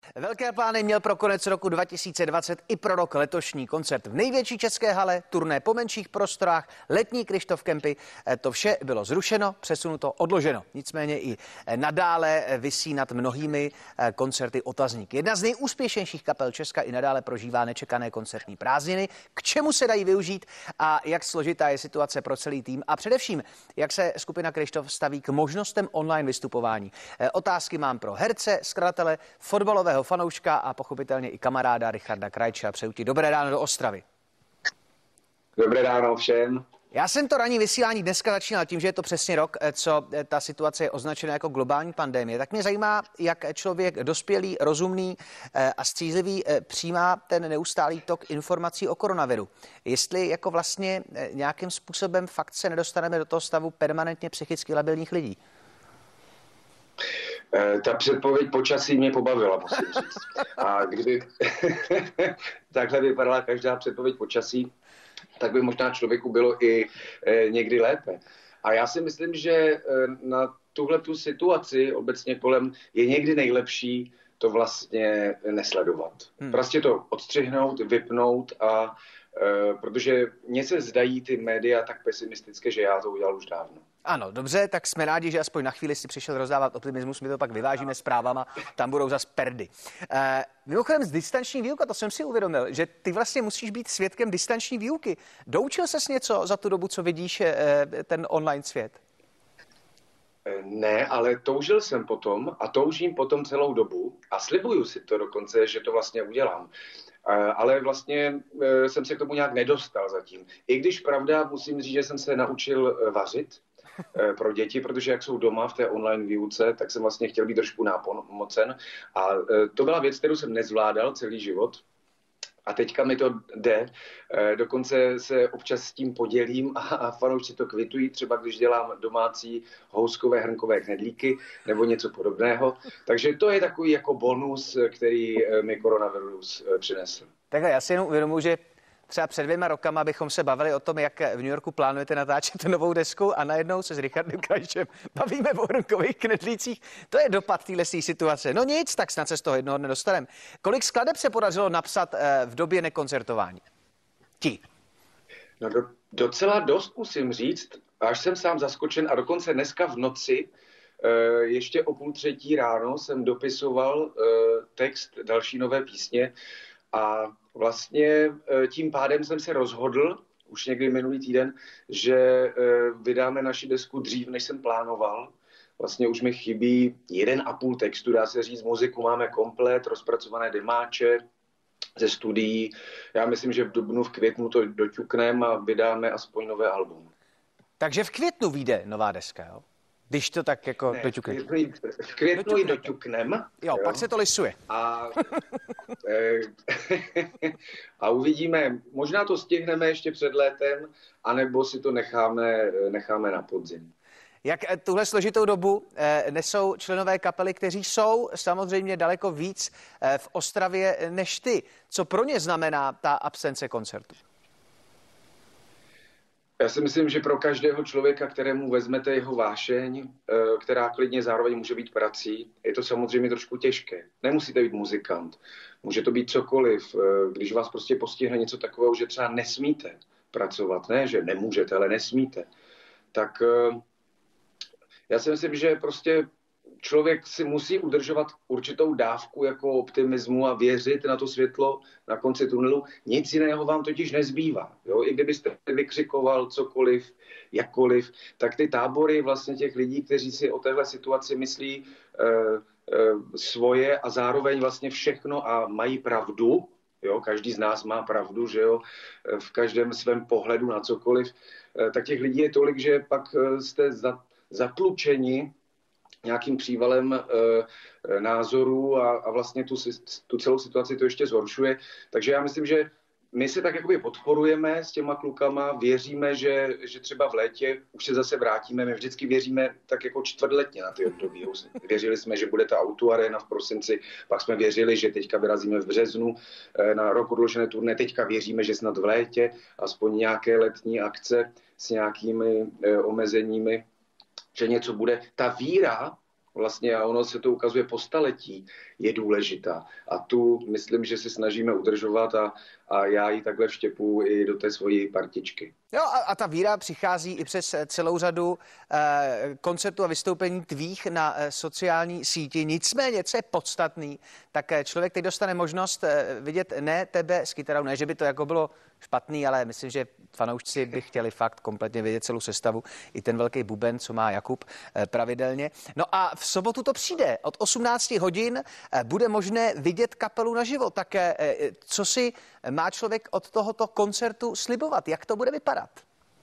Velké plány měl pro konec roku 2020 i pro rok letošní. Koncert v největší české hale, turné po menších prostorách, letní Kryštof kempy. To vše bylo zrušeno, přesunuto, odloženo. Nicméně i nadále visí nad mnohými koncerty otazník. Jedna z nejúspěšnějších kapel Česka i nadále prožívá nečekané koncertní prázdniny. K čemu se dají využít a jak složitá je situace pro celý tým a především, jak se skupina Kryštof staví k možnostem online vystupování. Otázky mám pro herce, skladatele, fotbalového fanouška a pochopitelně i kamaráda Richarda Krajča. Přeju ti dobré ráno do Ostravy. Dobré ráno všem. Já jsem to ranní vysílání dneska začínal tím, že je to přesně rok, co ta situace je označena jako globální pandemie. Tak mě zajímá, jak člověk dospělý, rozumný a střízlivý přijímá ten neustálý tok informací o koronaviru. Jestli jako vlastně nějakým způsobem fakt se nedostaneme do toho stavu permanentně psychicky labilních lidí. Ta předpověď počasí mě pobavila, musím říct. A kdyby takhle vypadala každá předpověď počasí, tak by možná člověku bylo i někdy lépe. A já si myslím, že na tuhletu situaci obecně kolem je někdy nejlepší to vlastně nesledovat. Prostě to odstřihnout, vypnout a protože mně se zdají ty média tak pesimistické, že já to udělal už dávno. Ano, dobře, tak jsme rádi, že aspoň na chvíli si přišel rozdávat optimismus, my to pak vyvážíme zprávama, tam budou zas perdy. Mimochodem z distanční výuka, to jsem si uvědomil, že ty vlastně musíš být svědkem distanční výuky. Doučil ses něco za tu dobu, co vidíš ten online svět? Ne, ale toužil jsem potom a toužím potom celou dobu a slibuju si to dokonce, že to vlastně udělám. Ale vlastně jsem se k tomu nějak nedostal zatím. I když pravda, musím říct, že jsem se naučil vařit pro děti, protože jak jsou doma v té online výuce, tak jsem vlastně chtěl být trošku nápomocen. A to byla věc, kterou jsem nezvládal celý život. A teďka mi to jde, dokonce se občas s tím podělím a fanoušci to kvitují, třeba když dělám domácí houskové hrnkové knedlíky nebo něco podobného. Takže to je takový jako bonus, který mi koronavirus přinesl. Takhle, já si jenom uvědomuji, že třeba před 2 rokama bychom se bavili o tom, jak v New Yorku plánujete natáčet novou desku a najednou se s Richardem Krajčem bavíme o hrnkových knedlících. To je dopad téhle situace. No nic, tak snad se z toho jednoho dne dostaneme. Kolik skladeb se podařilo napsat v době nekoncertování? Ti. No docela dost, musím říct. Až jsem sám zaskočen a dokonce dneska v noci, ještě o 2:30 ráno jsem dopisoval text další nové písně a vlastně tím pádem jsem se rozhodl, už někdy minulý týden, že vydáme naši desku dřív, než jsem plánoval. Vlastně už mi chybí 1,5 textu, dá se říct, muziku máme komplet, rozpracované demáče ze studií. Já myslím, že v dubnu, v květnu to doťukneme a vydáme aspoň nové album. Takže v květnu vyjde nová deska, jo? Když to tak jako doťukneme. V květnu ji doťuknem. Jo, pak se to lisuje. A uvidíme, možná to stihneme ještě před létem, anebo si to necháme na podzim. Jak tuhle složitou dobu nesou členové kapely, kteří jsou samozřejmě daleko víc v Ostravě než ty? Co pro ně znamená ta absence koncertu? Já si myslím, že pro každého člověka, kterému vezmete jeho vášeň, která klidně zároveň může být prací, je to samozřejmě trošku těžké. Nemusíte být muzikant, může to být cokoliv. Když vás prostě postihne něco takového, že třeba nesmíte pracovat, ne, že nemůžete, ale nesmíte, tak já si myslím, že prostě člověk si musí udržovat určitou dávku jako optimismu a věřit na to světlo na konci tunelu. Nic jiného vám totiž nezbývá. Jo? I kdybyste vykřikoval cokoliv, jakkoliv, tak ty tábory vlastně těch lidí, kteří si o téhle situaci myslí svoje a zároveň vlastně všechno a mají pravdu, jo? Každý z nás má pravdu, že jo? V každém svém pohledu na cokoliv, tak těch lidí je tolik, že pak jste zatlučeni nějakým přívalem názorů a vlastně tu celou situaci to ještě zhoršuje. Takže já myslím, že my se tak jakoby podporujeme s těma klukama, věříme, že třeba v létě už se zase vrátíme. My vždycky věříme tak jako čtvrtletně na ty období. Věřili jsme, že bude ta Auto Arena v prosinci, pak jsme věřili, že teďka vyrazíme v březnu na rok odložené turné, teďka věříme, že snad v létě aspoň nějaké letní akce s nějakými omezeními, že něco bude. Ta víra vlastně, a ono se to ukazuje po staletí, je důležitá. A tu myslím, že se snažíme udržovat a já ji takhle vštěpu i do té svojí partičky. Jo, a ta víra přichází i přes celou řadu koncertů a vystoupení tvých na sociální síti. Nicméně, co je podstatný, tak člověk teď dostane možnost vidět ne tebe s kytarou, ne, že by to jako bylo špatný, ale myslím, že fanoušci by chtěli fakt kompletně vidět celou sestavu. I ten velký buben, co má Jakub pravidelně. No a v sobotu to přijde. Od 18 hodin bude možné vidět kapelu naživo. Tak co si má člověk od tohoto koncertu slibovat? Jak to bude vypadat?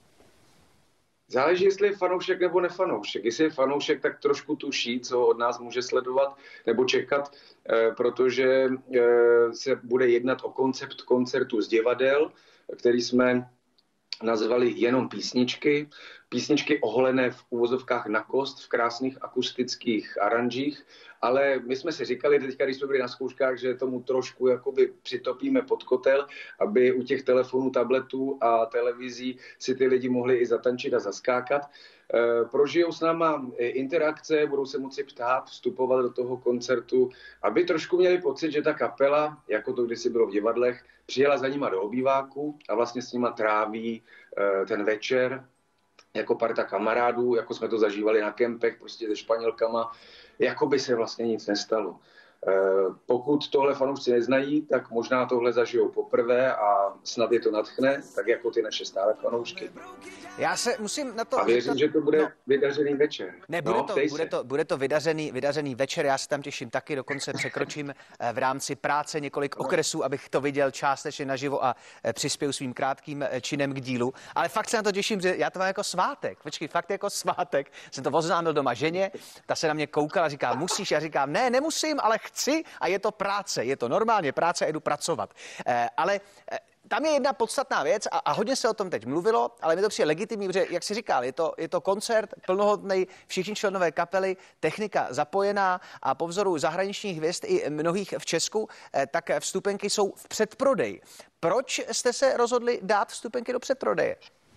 Záleží, jestli je fanoušek nebo nefanoušek. Jestli je fanoušek, tak trošku tuší, co od nás může sledovat nebo čekat, protože se bude jednat o koncept koncertu z divadel, který jsme nazvali jenom písničky. Písničky oholené v uvozovkách na kost, v krásných akustických aranžích, ale my jsme si říkali teďka, když jsme byli na zkouškách, že tomu trošku jakoby přitopíme pod kotel, aby u těch telefonů, tabletů a televizí si ty lidi mohli i zatančit a zaskákat. Prožijou s náma interakce, budou se moci ptát, vstupovat do toho koncertu, aby trošku měli pocit, že ta kapela, jako to kdysi bylo v divadlech, přijela za nima do obýváku a vlastně s nima tráví ten večer jako parta kamarádů, jako jsme to zažívali na kempech, prostě se Španělkama, jako by se vlastně nic nestalo. Pokud tohle fanoušci neznají, tak možná tohle zažijou poprvé a snad je to nadchne, tak jako ty naše stále fanoušky. Já se musím na to... A věřím, že to bude vydařený večer. Ne, bude to vydařený večer, já se tam těším taky, dokonce překročím v rámci práce několik okresů, abych to viděl částečně naživo a přispěju svým krátkým činem k dílu. Ale fakt se na to těším, že já to mám jako svátek. Počkej, fakt jako svátek. Jsem to oznámil doma ženě, ta se na mě koukala, říká, musíš, já říkám, ne, nemusím, ale chci a je to práce, je to normálně práce a jdu pracovat. Ale tam je jedna podstatná věc a hodně se o tom teď mluvilo, ale mi to přijde legitimní, protože, jak jsi říkal, je to koncert plnohodný, všichni členové kapely, technika zapojená a po vzoru zahraničních hvězd i mnohých v Česku, tak vstupenky jsou v předprodeji. Proč jste se rozhodli dát vstupenky do předprodeje?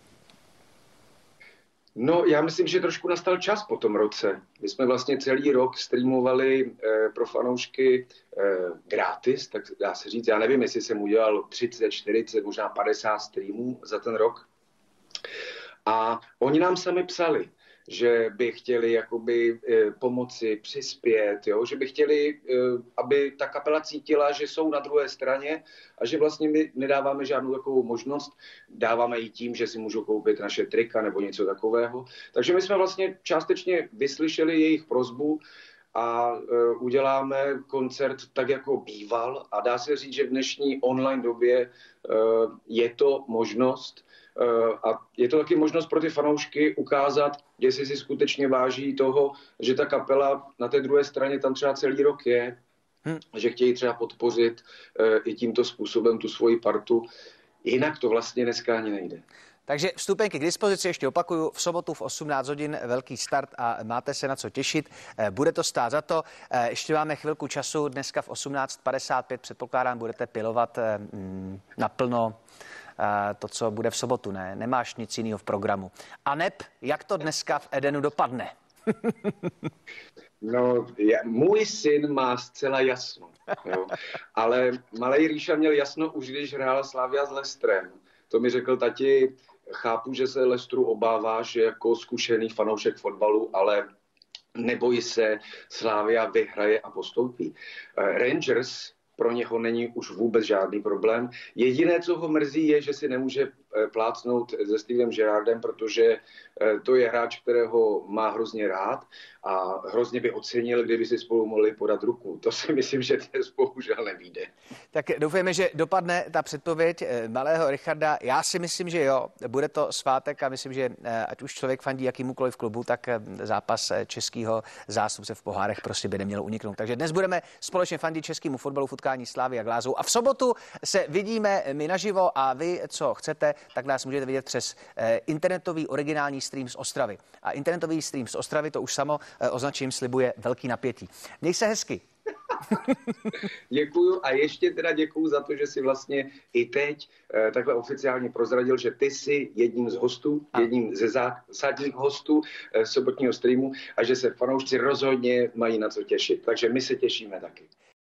No, já myslím, že trošku nastal čas po tom roce. My jsme vlastně celý rok streamovali pro fanoušky gratis, tak dá se říct, já nevím, jestli jsem udělal 30, 40, možná 50 streamů za ten rok. A oni nám sami psali, že by chtěli jakoby pomoci, přispět, jo? Že by chtěli, aby ta kapela cítila, že jsou na druhé straně a že vlastně my nedáváme žádnou takovou možnost, dáváme ji tím, že si můžou koupit naše trika nebo něco takového. Takže my jsme vlastně částečně vyslyšeli jejich prosbu a uděláme koncert tak, jako býval a dá se říct, že v dnešní online době je to možnost. A je to taky možnost pro ty fanoušky ukázat, jestli si skutečně váží toho, že ta kapela na té druhé straně tam třeba celý rok je, že chtějí třeba podpořit i tímto způsobem tu svoji partu. Jinak to vlastně dneska ani nejde. Takže vstupenky k dispozici, ještě opakuju, v sobotu v 18 hodin velký start a máte se na co těšit. Bude to stát za to. Ještě máme chvilku času, dneska v 18:55 předpokládám, budete pilovat naplno to, co bude v sobotu, ne? Nemáš nic jiného v programu. A neb, jak to dneska v Edenu dopadne? No, můj syn má zcela jasno, jo. Ale malej Ríša měl jasno už, když hrál Slavia s Leicesterem. To mi řekl tati, chápu, že se Leicesteru obáváš jako zkušený fanoušek fotbalu, ale neboj se, Slavia vyhraje a postoupí. Rangers pro něho není už vůbec žádný problém. Jediné, co ho mrzí, je, že si nemůže plácnout se Stevenem Gerrardem, protože to je hráč, kterého má hrozně rád a hrozně by ocenil, kdyby si spolu mohli podat ruku. To si myslím, že dnes bohužel nevíde. Tak doufujeme, že dopadne ta předpověď malého Richarda. Já si myslím, že jo, bude to svátek a myslím, že ať už člověk fandí jakýmukoliv klubu, tak zápas českého zástupce v pohárech prostě by neměl uniknout. Takže dnes budeme společně fandit českému fotbalu v utkání Slavia Glázů a v sobotu se vidíme my naživo a vy, co chcete, tak nás můžete vidět přes internetový originální stream z Ostravy. A internetový stream z Ostravy, to už samo označím, slibuje velký napětí. Měj se hezky. Děkuju a ještě teda děkuju za to, že si vlastně i teď takhle oficiálně prozradil, že ty jsi jedním z hostů, jedním ze zásadních hostů sobotního streamu a že se fanoušci rozhodně mají na co těšit. Takže my se těšíme taky.